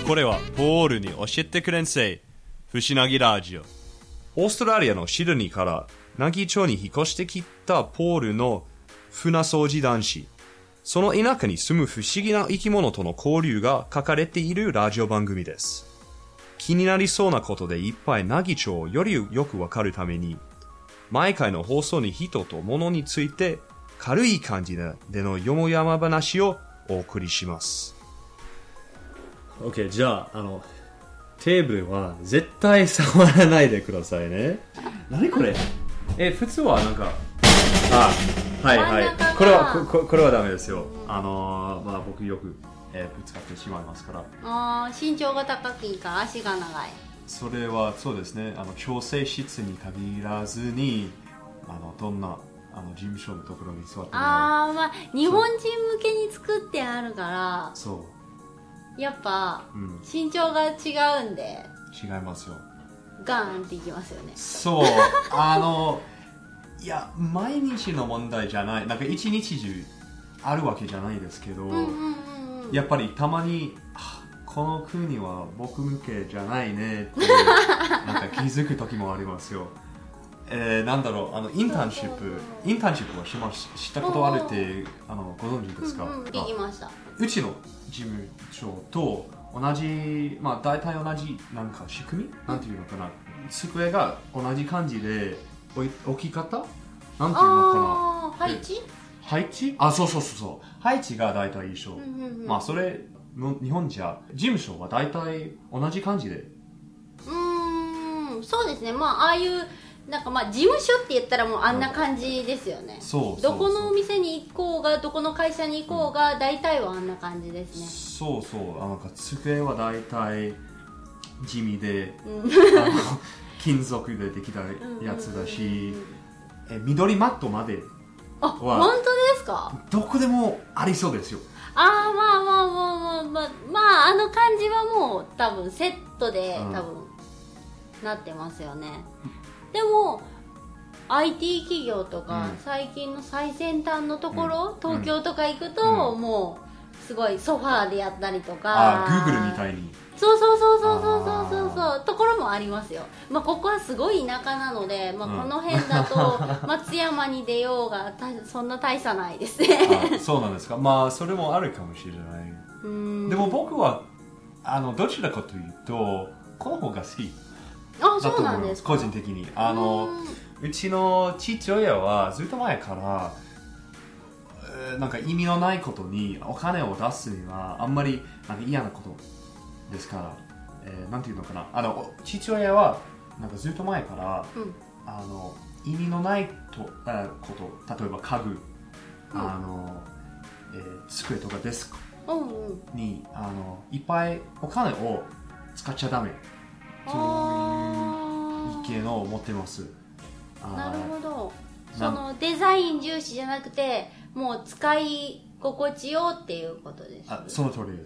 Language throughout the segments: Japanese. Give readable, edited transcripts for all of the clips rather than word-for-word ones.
これはポールに教えてくれんせい。ふしなぎラジオ。オーストラリアのシドニーから奈義町に引っ越してきたポールの船掃除男子。その田舎に住む不思議な生き物との交流が書かれているラジオ番組です。気になりそうなことでいっぱい奈義町をよりよくわかるために、毎回の放送に人と物について軽い感じでのよもやま話をお送りします。 OK、じゃあ、テーブルは絶対触らないでくださいね。何これ？普通はなんか、はいはい。これはダメですよ。僕よく、ぶつかってしまいますから。 身長が高いから足が長い。 それはそうですね。調整室に限らずに、どんな事務所のところに座っても日本人向けに作ってあるから、 そうやっぱ、身長が違うんで違いますよ。 ガーンっていきますよね。 そういや毎日の問題じゃない。なんか一日中あるわけじゃないですけど、やっぱりたまにこの国は僕向けじゃないねってなんか気づく時もありますよ。なんだろう、インターンシップはしたことあるってご存知ですか？ 聞きました。 うちの事務所と同じ、大体同じなんか仕組み、なんていうのかな、机が同じ感じで置き方、なんていうのかな、配置そう配置が大体一緒。それ日本じゃ事務所は大体同じ感じで。 そうですね。ああいうなんか事務所って言ったらもうあんな感じですよね。どこのお店に行こうがどこの会社に行こうが大体はあんな感じですね。 なんか机は大体地味で、金属でできたやつだし、緑マットまでは本当ですか？ どこでもありそうですよ。 あの感じはもう多分セットで多分なってますよね。でも IT 企業とか、最近の最先端のところ、東京とか行くと、もうすごいソファーでやったりとか、 Google みたいにそうところもありますよ。ここはすごい田舎なので、この辺だと松山に出ようがそんな大差ないですね。 そうなんですか。それもあるかもしれない。でも僕はどちらかというとこの方が好き。 そうなんですか。 個人的にうちの父親はずっと前からなんか意味のないことにお金を出すにはあんまりなんか嫌なことですから、なんていうのかな、父親はなんかずっと前から、意味のないこと、例えば家具、机とかデスクにいっぱいお金を使っちゃダメという意見を持ってます。 なるほど。そのデザイン重視じゃなくてもう使い心地よっていうことです。 その通りです。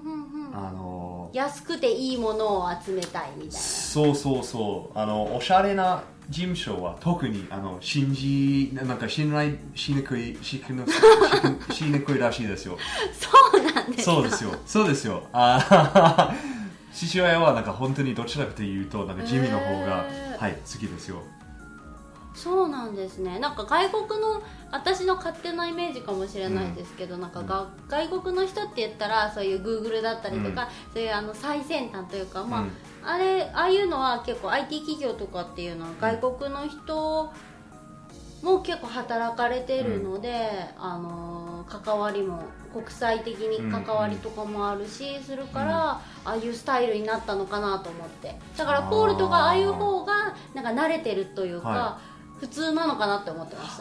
安くていいものを集めたいみたいな。 そうおしゃれな事務所は特になんか信頼しにくいらしいですよ。 そうなんですか？ そうですよ。父親はなんか本当にどちらかというとなんか地味の方が、好きですよ。 そうなんですね。なんか外国の私の勝手なイメージかもしれないですけど、なんか外国の人って言ったらそういう Google だったりとか、そういう最先端というか、ああいうのは結構 IT 企業とかっていうのは外国の人も結構働かれているので、関わりも国際的に関わりとかもあるしするから、ああいうスタイルになったのかなと思って。だからポールとかああいう方がなんか慣れてるというか、普通なのかなって思ってました。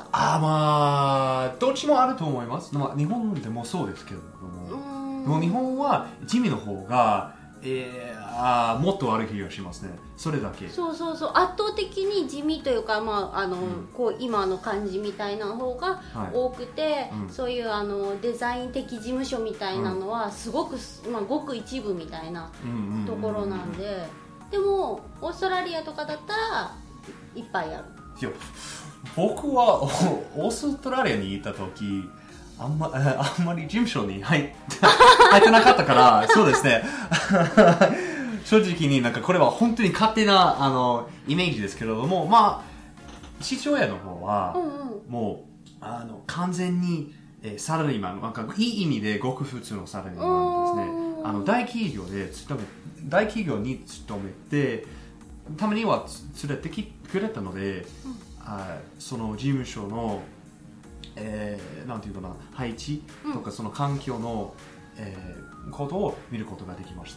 どっちもあると思います。日本でもそうですけれども、でも日本は地味の方が、もっと悪い気がしますね。それだけ。 そう圧倒的に地味というか、こう今の感じみたいな方が多くて、そういうデザイン的事務所みたいなのはすごく、ごく一部みたいなところなんで、でもオーストラリアとかだったらいっぱいある。 僕はオーストラリアにいた時あんまり事務所に入ってなかったからそうですね正直になんかこれは本当に勝手なイメージですけれども、まあ父親の方は、もう完全に、サラリーマン、なんかいい意味でごく普通のサラリーマンですね。大企業に勤めて、たまには連れてきてくれたので、その事務所の、なんていうかな、配置とかその環境の、ことを見ることができました。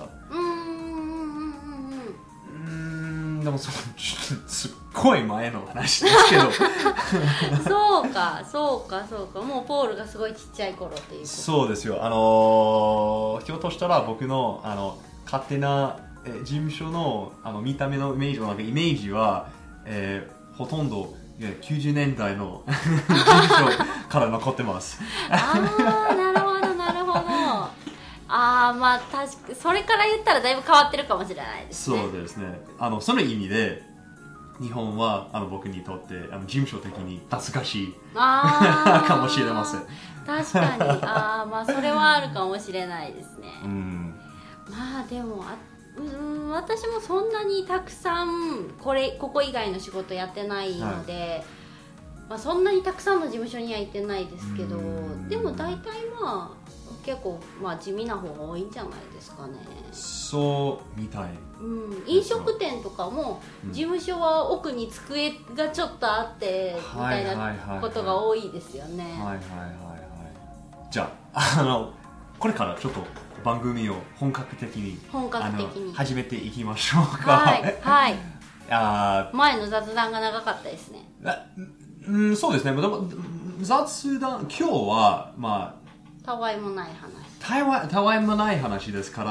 でもすっごい前の話ですけどそうかもうポールがすごいちっちゃい頃っていうこと。 そうですよ。ひょっとしたら僕の勝手な事務所の見た目のイメージのイメージは、ほとんど90年代の事務所から残ってますああ、なるほどなるほど。ああ、まあ確かそれから言ったらだいぶ変わってるかもしれないですね。 そうですね。その意味で日本は僕にとって事務所的に恥ずかしいかもしれません。 確かにまあそれはあるかもしれないですね。まあでも私もそんなにたくさんここ以外の仕事やってないので、まあ、そんなにたくさんの事務所には行ってないですけど、でも大体まあ結構まあ地味な方が多いんじゃないですかね。 そうみたい。 飲食店とかも事務所は奥に机がちょっとあってみたいなことが多いですよね。 じゃあこれからちょっと番組を本格的に始めていきましょうか。はい前の雑談が長かったですね。 そうですね。でも雑談今日はまあたわいもない話。たわいもない話ですから、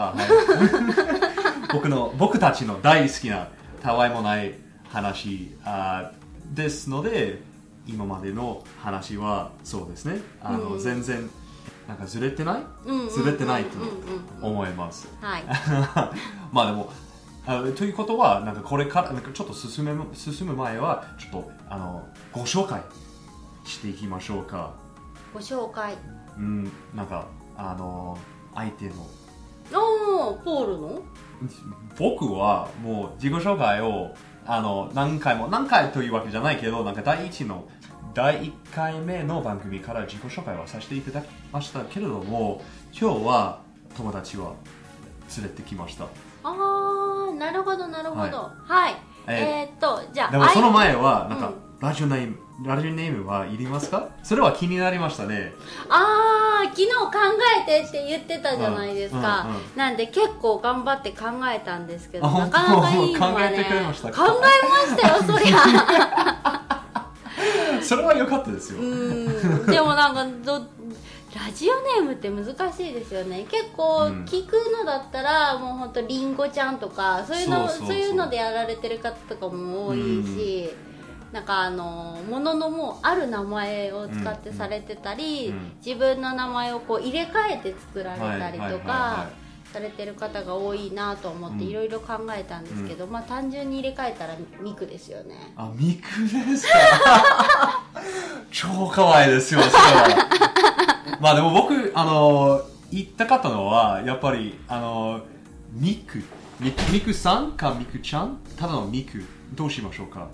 僕たちの大好きなたわいもない話ですので、今までの話はそうですね。全然なんかずれてないと思います。まあでもということはなんかこれからなんかちょっと進む前はちょっとご紹介していきましょうか。 ご紹介。 なんか相手のポールの僕はもう自己紹介を何回というわけじゃないけど、なんか第1回目の番組から自己紹介はさせていただきましたけれども、今日は友達は連れてきました。 なるほどはい、じゃあでもその前はなんか、ラジオネームはいりますか？それは気になりましたね。 昨日考えてって言ってたじゃないですか。なんで結構頑張って考えたんですけど、なかなかいいのはね。 考えてくれましたか？ 考えましたよ、そりゃ。 それは良かったですよ。 でもなんかラジオネームって難しいですよね。結構聞くのだったら、もう本当リンゴちゃんとかそういうのでやられてる方とかも多いし、なんかもののもうある名前を使ってされてたり、自分の名前をこう入れ替えて作られたりとかされてる方が多いなと思っていろいろ考えたんですけど、まあ単純に入れ替えたらミクですよね。 ミクですか？超可愛いですよ、それは。まあでも僕言ったかったのはやっぱりミクさんかミクちゃん、ただのミクどうしましょうか？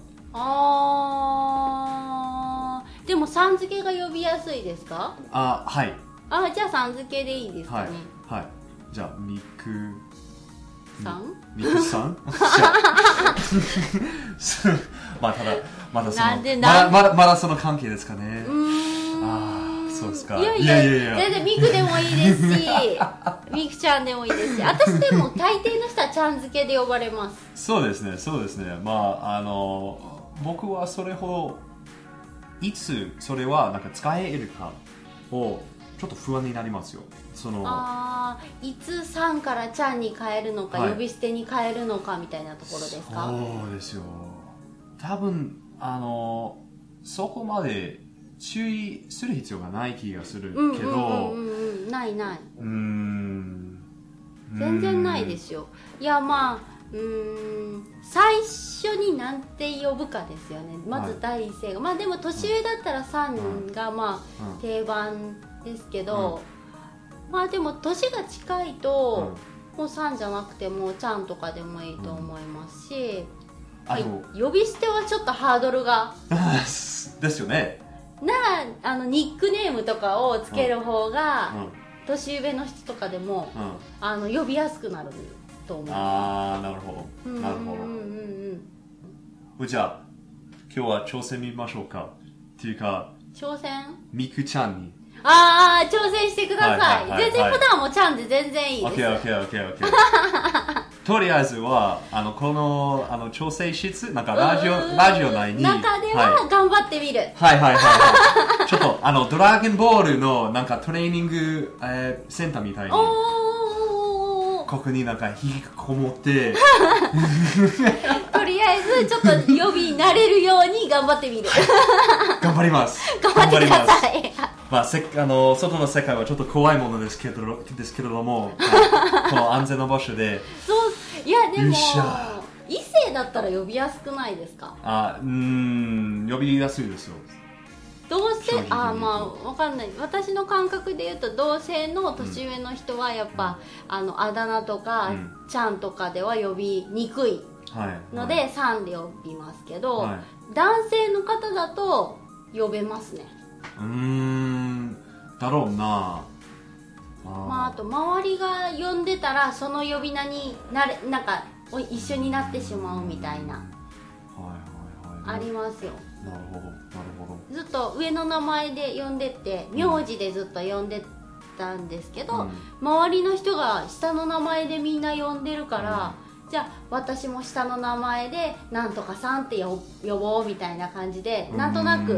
でもさん付けが呼びやすいですか？ はい。 じゃあさん付けでいいですかね。 はい。じゃあミクさん？ ミクさん？まあただまだその関係ですかね。そうですか。 いや全然ミクでもいいですしミクちゃんでもいいですし、私でも大抵の人はちゃん付けで呼ばれます。 そうですね。まあ僕はそれほどいつそれはなんか使えるかをちょっと不安になりますよ。 いつさんからちゃんに変えるのか、呼び捨てに変えるのかみたいなところですか？ そうですよ。多分そこまで注意する必要がない気がするけど、 ない全然ないですよ。いやまあ最初に何て呼ぶかですよね。まず第一声が、まあでも年上だったらさんがまあ定番ですけど、まあでも年が近いと、もうさんじゃなくてもちゃんとかでもいいと思いますし、呼び捨てはちょっとハードルがですよね。 ならニックネームとかをつける方が、年上の人とかでも、呼びやすくなると思う。 ああ、なるほど、なるほど。じゃあ今日は挑戦見ましょうか。っていうか、 挑戦？ みくちゃんに。 挑戦してください。全然普段もちゃんで全然いいです。 OK。とりあえずはこの調整室なんかラジオ内に中では頑張ってみる。 ちょっとドラゴンボールのなんかトレーニング、センターみたいにここになんか引きこもってとりあえずちょっと呼び慣れるように頑張ってみる。 頑張ります。 頑張ってください。 まあ、外の世界はちょっと怖いものですけれども、この安全な場所で。 いやでも異性だったら呼びやすくないですか？ 呼びやすいですよ。 同性まあわかんない。私の感覚で言うと同性の年上の人はやっぱ、あだ名とか、ちゃんとかでは呼びにくいので、さんで呼びますけど、男性の方だと呼べますね。 だろうな。 あと周りが呼んでたらその呼び名になんか一緒になってしまうみたいな、ありますよ。 なるほど。 ずっと上の名前で呼んでって名字でずっと呼んでたんですけど、周りの人が下の名前でみんな呼んでるから、じゃあ私も下の名前でなんとかさんって呼ぼうみたいな感じで、なんとな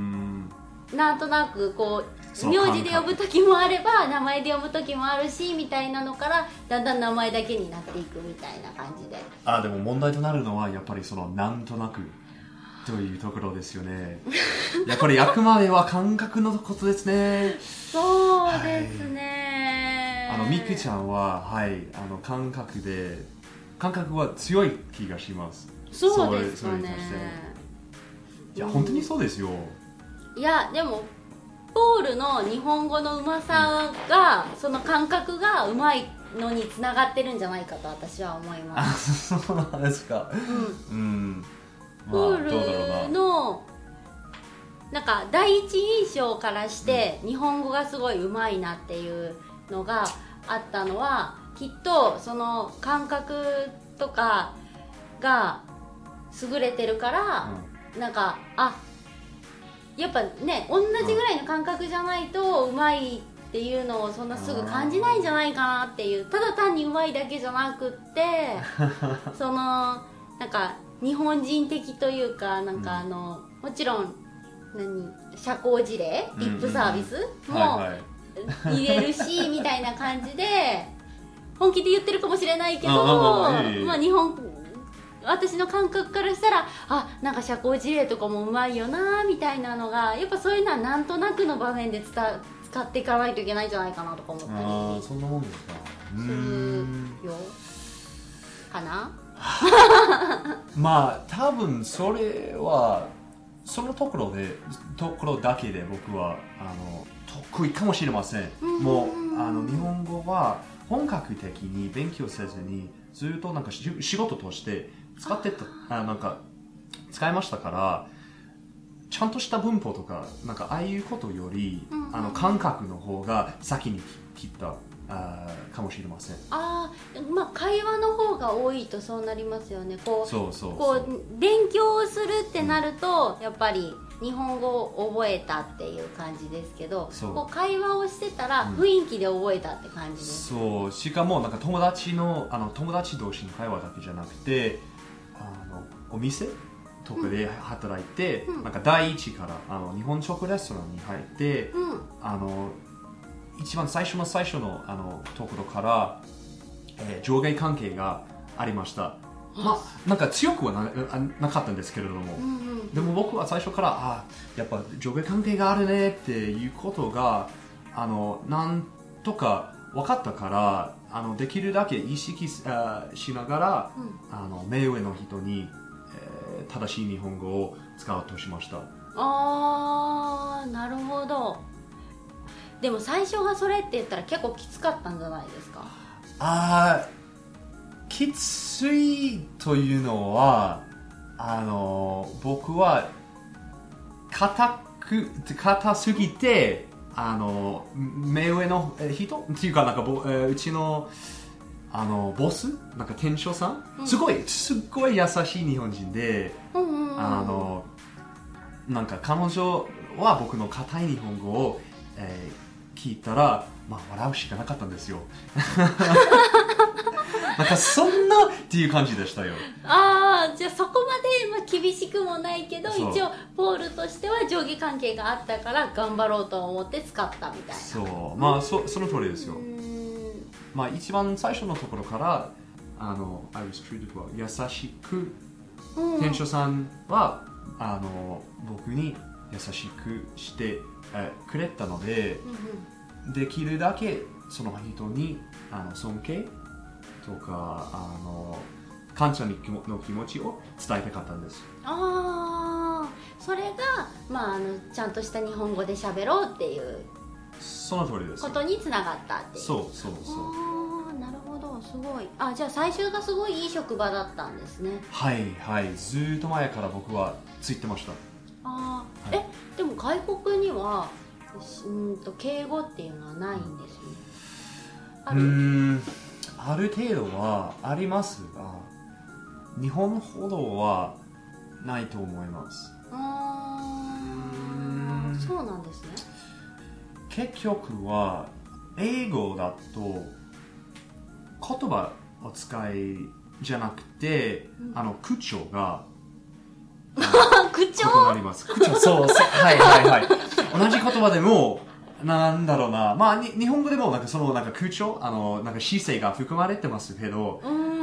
くこう名字で呼ぶ時もあれば名前で呼ぶ時もあるしみたいなのから、だんだん名前だけになっていくみたいな感じで。 でも問題となるのはやっぱりそのなんとなくというところですよね。やっぱりあくまでは感覚のことですね。 そうですね。 みくちゃんは感覚は強い気がします。 そうですかね。 いや本当にそうですよ。 いやでもポールの日本語のうまさが、その感覚がうまいのにつながってるんじゃないかと私は思います。 そうなんですか。 ポールのなんか第一印象からして、日本語がすごいうまいなっていうのがあったのは、きっとその感覚とかが優れてるから、なんかやっぱね、同じぐらいの感覚じゃないとうまいっていうのをそんなすぐ感じないんじゃないかなっていう。ただ単にうまいだけじゃなくってそのなんか日本人的というか、なんかもちろん社交辞令、リップサービスも入れるしみたいな感じで本気で言ってるかもしれないけど、私の感覚からしたらなんか社交辞令とかもうまいよなみたいなのが、やっぱそういうのはなんとなくの場面で使っていかないといけないんじゃないかなとか思ったり。 そんなもんですか。 するよかな。 まあ多分それはそのところだけで僕は得意かもしれません。もう日本語は本格的に勉強せずにずっとなんか仕事としてなんか使いましたから、ちゃんとした文法とかなんかああいうことより、感覚の方が先に来たかもしれません。 会話の方が多いとそうなりますよね。こう勉強するってなると、やっぱり日本語を覚えたっていう感じですけど、こう会話をしてたら雰囲気で覚えたって感じです。 そう、しかもなんか友達同士の会話だけじゃなくて、お店とかで働いて、なんか第一から日本食レストランに入って、一番最初のところから、上下関係がありました。なんか強くは なかったんですけれども、でも僕は最初からやっぱ上下関係があるねっていうことがなんとか分かったから、できるだけ意識しながら、目上の人に、正しい日本語を使おうとしました。 なるほど。 でも最初がそれって言ったら結構きつかったんじゃないですか？ きついというのは僕は硬すぎて目上の人っていうかなんかうちのボスなんか店長さん、すっごい優しい日本人で、なんか彼女は僕の硬い日本語を、聞いたら、笑うしかなかったんですよ。なんかそんなっていう感じでしたよ。 じゃあそこまで、厳しくもないけど、一応ポールとしては上下関係があったから頑張ろうと思って使ったみたいな。 その通りですよ。一番最初のところからI was treated well 優しく、店長さんは僕に優しくしてくれたので、できるだけその人に尊敬とか感謝の気持ちを伝えたかったんです。 それが、ちゃんとした日本語で喋ろうっていうその通りですことにつながったっていう。 そうなるほど、すごい。じゃあ最初がすごいいい職場だったんですね。 はい、ずっと前から僕はついてました。 でも外国には敬語っていうのはないんですね。 ある程度はありますが、日本ほどはないと思います。 そうなんですね。 結局は英語だと言葉を使いじゃなくて、口調が口調異なります。口調、そうはい同じ言葉でもなんだろうな、日本語でもなんかそのなんか口調なんか姿勢が含まれてますけど、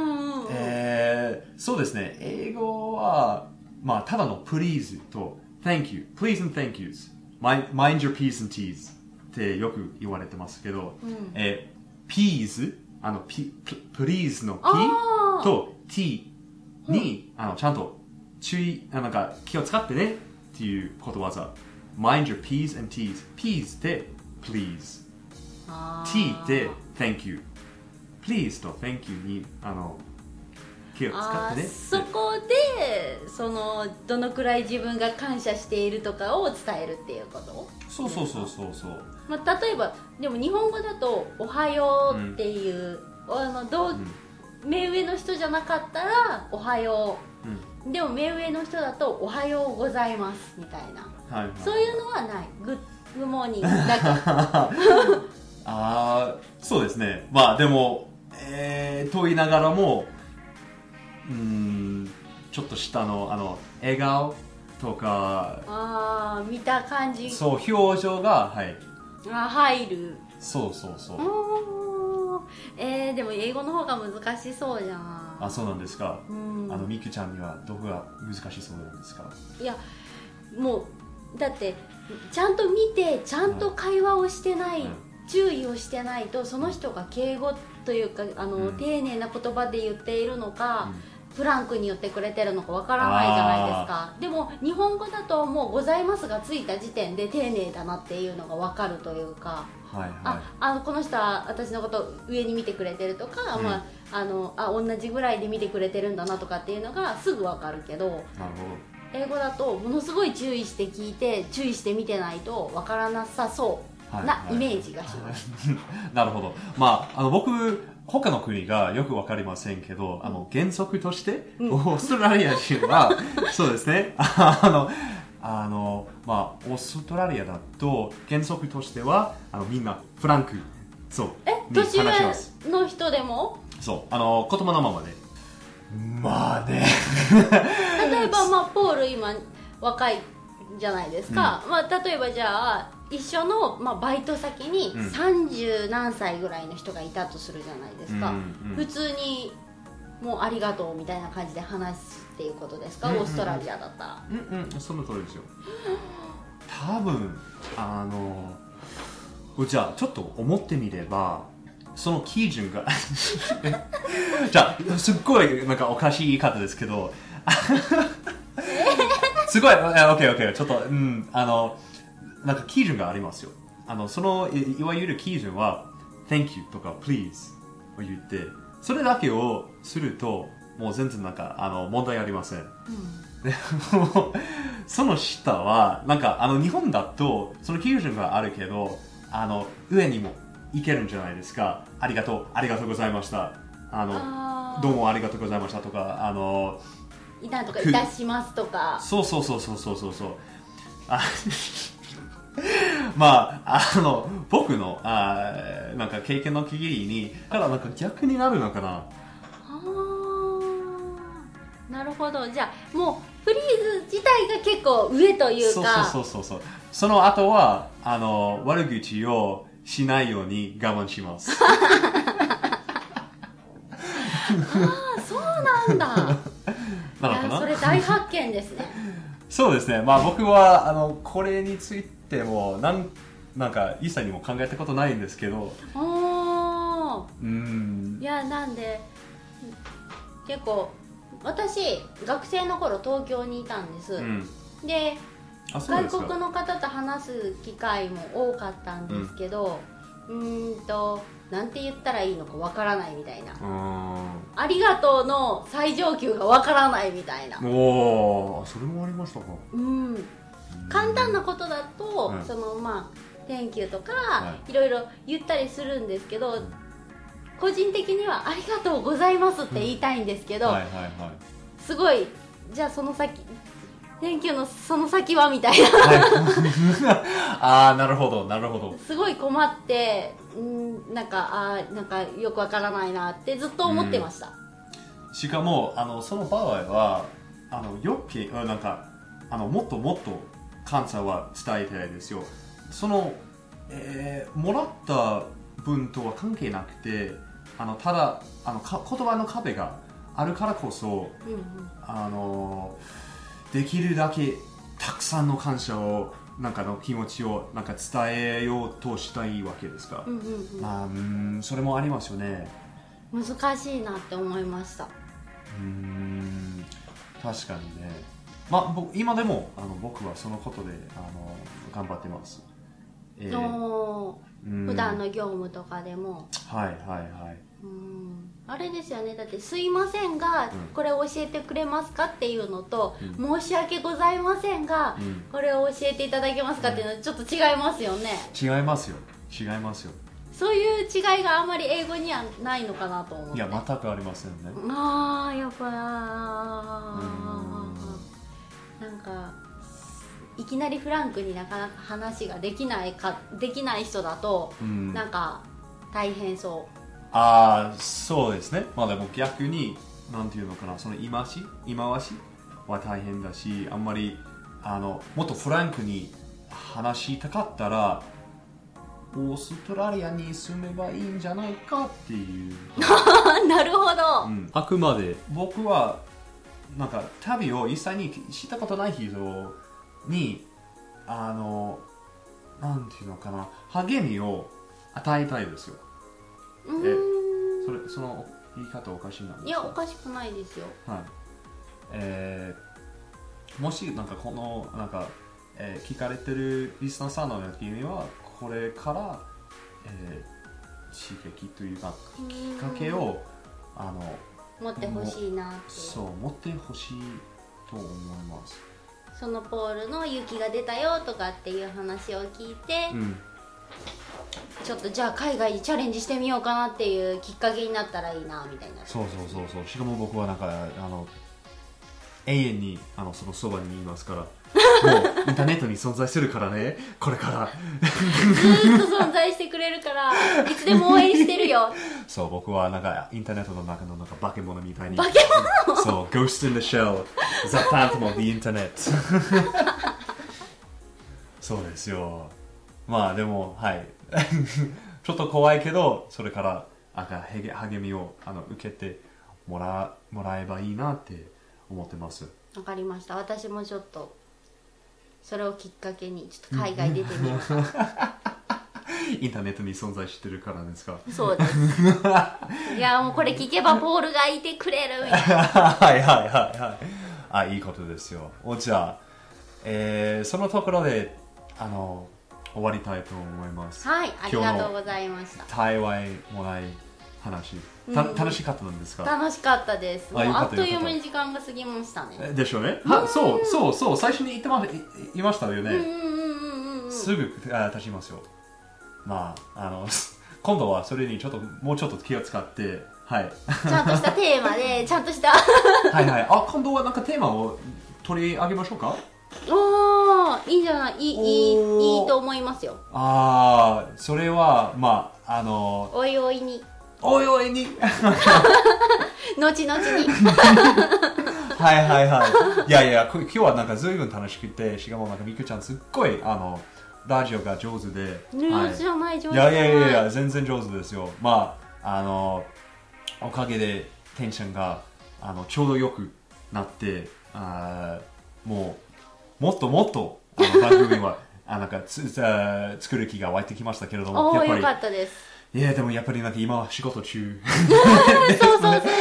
そうですね。英語はただの please と thank you please and thank yous mind your p's and t's ってよく言われてますけど、please please の p と t に、ちゃんとなんか気を使ってねっていうことわざ。mind your p's and t's p's って please t って thank you please と thank you に気を使ってね。 そこでどのくらい自分が感謝しているとかを伝えるっていうこと。 そう例えばでも日本語だとおはようっていう、目上の人じゃなかったらおはよう、でも目上の人だとおはようございますみたいな、そういうのはない。グッモーニングだけ。 そうですね。でも、と言いながらもちょっと下の笑顔とか見た感じ、 表情が入る。 そうでも英語の方が難しそうじゃん。 そうなんですか。みくちゃんにはどこが難しそうなんですか？ いやもうだってちゃんと見てちゃんと会話をしてない、注意をしてないとその人が敬語というか丁寧な言葉で言っているのか、フランクに言ってくれてるのかわからないじゃないですか。でも日本語だともうございますがついた時点で丁寧だなっていうのがわかるというか、この人は私のこと上に見てくれてるとか、同じぐらいで見てくれてるんだなとかっていうのがすぐわかるけど、英語だとものすごい注意して聞いて注意して見てないとわからなさそうなイメージがします。 なるほど。僕他の国がよくわかりませんけど、原則として、オーストラリア人は、そうですね、オーストラリアだと、原則としては、みんなフランク、 年上の人でも？ 言葉のままで。 例えば、ポール今、若いじゃないですか。例えばじゃあ、一緒の、バイト先に30何歳ぐらいの人がいたとするじゃないですか、普通にもうありがとうみたいな感じで話すっていうことですか、オーストラリアだったら。 その通りですよ。多分じゃあちょっと思ってみればその基準がじゃあすっごいなんかおかしい言い方ですけどすごいOK ちょっとなんか基準がありますよ。 その いわゆる基準は Thank you とか Please を言って、それだけをするともう全然なんか問題ありません、でもその下はなんか日本だとその基準があるけど上にもいけるんじゃないですか。ありがとうございました、どうもありがとうございましたとかなんとかいたしますとか、 そうまあ僕のなんか経験の限りにからなんか逆になるのかな。 なるほど。じゃあもうフリーズ自体が結構上というか、 そうその後は悪口をしないように我慢しますそうなんだなのかな。 それ大発見ですねそうですね。まあ僕はこれについてもなんか一切にも考えたことないんですけど、 いやなんで結構私学生の頃東京にいたんです、で外国の方と話す機会も多かったんですけど、なんて言ったらいいのかわからないみたいな、ありがとうの最上級がわからないみたいな。 おー、それもありましたか。 簡単なことだと、そのまあ Thank you とか、いろいろ言ったりするんですけど、個人的にはありがとうございますって言いたいんですけど、すごいじゃあその先Thank you のその先はみたいななるほどすごい困って、なんかよくわからないなってずっと思ってました、 しかもその場合は余計なんかもっともっと感謝は伝えたいですよ。その、もらった分とは関係なくてただ言葉の壁があるからこそ、できるだけたくさんの感謝をなんかの気持ちをなんか伝えようとしたいわけですか。それもありますよね。 難しいなって思いました。 確かにね。まあ今でも僕はそのことで頑張ってます。 普段の業務とかでも。あれですよね。だってすいませんが、これを教えてくれますかっていうのと、申し訳ございませんが、これを教えていただけますかっていうのはちょっと違いますよね。 違いますよ。 そういう違いがあんまり英語にはないのかなと思って。 いや全くありませんね。 やっぱなんかいきなりフランクになかなか話ができない人だと、なんか大変そう。 そうですね。まあでも逆になんていうのかな、その言い回しは大変だし、あんまりもっとフランクに話したかったらオーストラリアに住めばいいんじゃないかっていうなるほど、 あくまで僕はなんか旅を一切にしたことない人になんていうのかな、励みを与えたいですよ。その言い方おかしいなんですか？ いやおかしくないですよ。 もしなんかこのなんか、聞かれてるリスナーさんの時にはこれから、刺激というかきっかけを持ってほしいなって。 そう持ってほしいと思います。 そのポールの雪が出たよとかっていう話を聞いて、ちょっとじゃあ海外にチャレンジしてみようかなっていうきっかけになったらいいなみたいな。 そうしかも僕はなんか永遠にそのそばにいますからもうインターネットに存在するからね、これからずっと存在してくれるからいつでも応援してるよそう僕はなんかインターネットの中のなんか化け物みたいに化け物そう Ghost in the Shell The Phantom of the Internet そうですよ。まあでもちょっと怖いけどそれから励みを受けてもらえばいいなって思ってます。 わかりました。私もちょっとそれをきっかけにちょっと海外出てみようかインターネットに存在してるからですか？ そうですいやもうこれ聞けばポールがいてくれるみたいないいことですよ。じゃあ、そのところで終わりたいと思います。 はい、ありがとうございました。 たわいもない話、楽しかったんですか？ 楽しかったです。もうあっという間に時間が過ぎましたね。 でしょうね。そう最初に言いましたよね。すぐ経ちますよ。まあ今度はそれにもうちょっと気を使って、はい。 ちゃんとしたテーマでちゃんとしたはいはい。今度はなんかテーマを取り上げましょうか。 おー、いいんじゃない、いいと思いますよ。 それはまあおいおいに後々にはいはいはい。いや今日はなんか随分楽しくて、しかもなんかみくちゃんすっごいラジオが上手で、 上手じゃない。 いや全然上手ですよ。まあおかげでテンションがちょうどよくなって、もっと番組はなんか作る気が湧いてきましたけれども、 やっぱりよかったです。 いやでもやっぱりなんか今は仕事中そう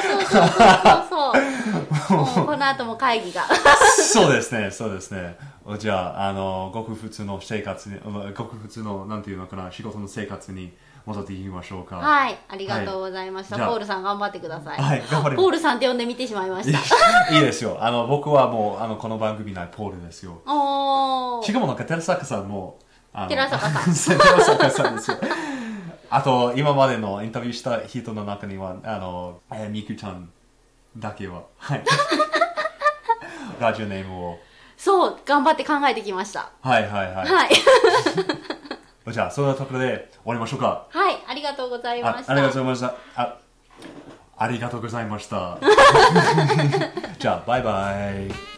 もうこの後も会議がそうですねじゃあごく普通のなんていうのかな、仕事の生活に戻っていきましょうか。 はい、ありがとうございました。ポールさん頑張ってください。 はい、頑張ります。 ポールさんって呼んでみてしまいましたいいですよ。僕はもうこの番組内ポールですよ。しかもなんか寺坂さんも寺坂さんですよ。あと今までのインタビューした人の中にはみくちゃんだけは、はい、ラジオネームを頑張って考えてきました。 はいじゃあそんなところで終わりましょうか。 はい、ありがとうございました。 ありがとうございました。ありがとうございました。じゃあバイバイ。